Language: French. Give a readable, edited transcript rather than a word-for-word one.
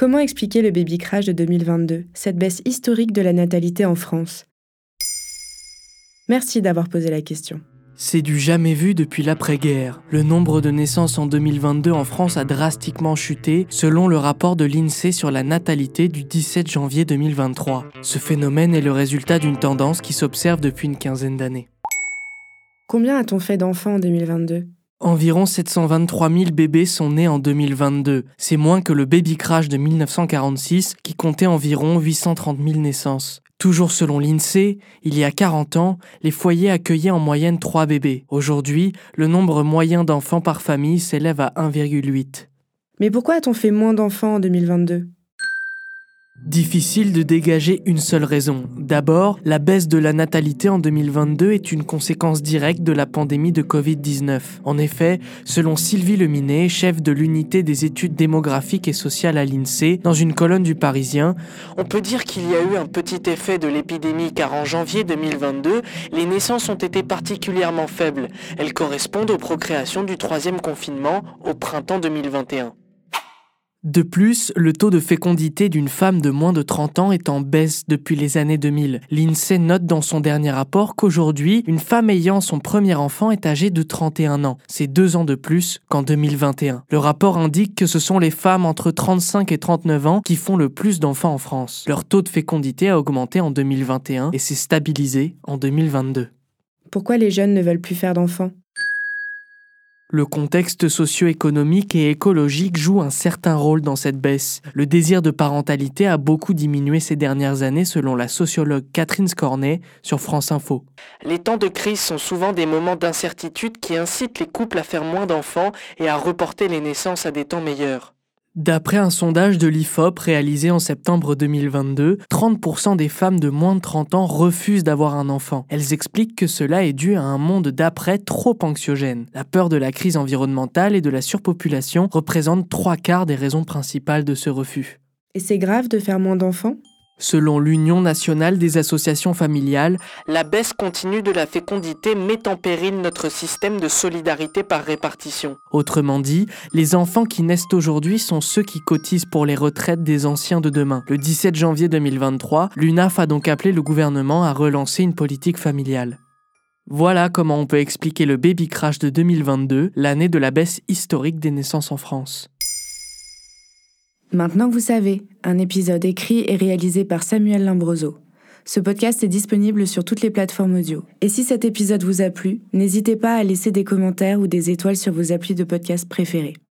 Comment expliquer le baby crash de 2022, cette baisse historique de la natalité en France ? Merci d'avoir posé la question. C'est du jamais vu depuis l'après-guerre. Le nombre de naissances en 2022 en France a drastiquement chuté selon le rapport de l'INSEE sur la natalité du 17 janvier 2023. Ce phénomène est le résultat d'une tendance qui s'observe depuis une quinzaine d'années. Combien a-t-on fait d'enfants en 2022 ? Environ 723 000 bébés sont nés en 2022. C'est moins que le baby crash de 1946 qui comptait environ 830 000 naissances. Toujours selon l'INSEE, il y a 40 ans, les foyers accueillaient en moyenne 3 bébés. Aujourd'hui, le nombre moyen d'enfants par famille s'élève à 1,8. Mais pourquoi a-t-on fait moins d'enfants en 2022 ? Difficile de dégager une seule raison. D'abord, la baisse de la natalité en 2022 est une conséquence directe de la pandémie de Covid-19. En effet, selon Sylvie Leminet, chef de l'unité des études démographiques et sociales à l'INSEE, dans une colonne du Parisien, on peut dire qu'il y a eu un petit effet de l'épidémie car en janvier 2022, les naissances ont été particulièrement faibles. Elles correspondent aux procréations du 3e confinement au printemps 2021. De plus, le taux de fécondité d'une femme de moins de 30 ans est en baisse depuis les années 2000. L'INSEE note dans son dernier rapport qu'aujourd'hui, une femme ayant son premier enfant est âgée de 31 ans. C'est 2 ans de plus qu'en 2021. Le rapport indique que ce sont les femmes entre 35 et 39 ans qui font le plus d'enfants en France. Leur taux de fécondité a augmenté en 2021 et s'est stabilisé en 2022. Pourquoi les jeunes ne veulent plus faire d'enfants ? Le contexte socio-économique et écologique joue un certain rôle dans cette baisse. Le désir de parentalité a beaucoup diminué ces dernières années selon la sociologue Catherine Scornet sur France Info. Les temps de crise sont souvent des moments d'incertitude qui incitent les couples à faire moins d'enfants et à reporter les naissances à des temps meilleurs. D'après un sondage de l'IFOP réalisé en septembre 2022, 30% des femmes de moins de 30 ans refusent d'avoir un enfant. Elles expliquent que cela est dû à un monde d'après trop anxiogène. La peur de la crise environnementale et de la surpopulation représente 3/4 des raisons principales de ce refus. Et c'est grave de faire moins d'enfants ? Selon l'Union nationale des associations familiales, la baisse continue de la fécondité met en péril notre système de solidarité par répartition. Autrement dit, les enfants qui naissent aujourd'hui sont ceux qui cotisent pour les retraites des anciens de demain. Le 17 janvier 2023, l'UNAF a donc appelé le gouvernement à relancer une politique familiale. Voilà comment on peut expliquer le baby crash de 2022, l'année de la baisse historique des naissances en France. Maintenant vous savez, un épisode écrit et réalisé par Samuel Lambroso. Ce podcast est disponible sur toutes les plateformes audio. Et si cet épisode vous a plu, n'hésitez pas à laisser des commentaires ou des étoiles sur vos applis de podcast préférés.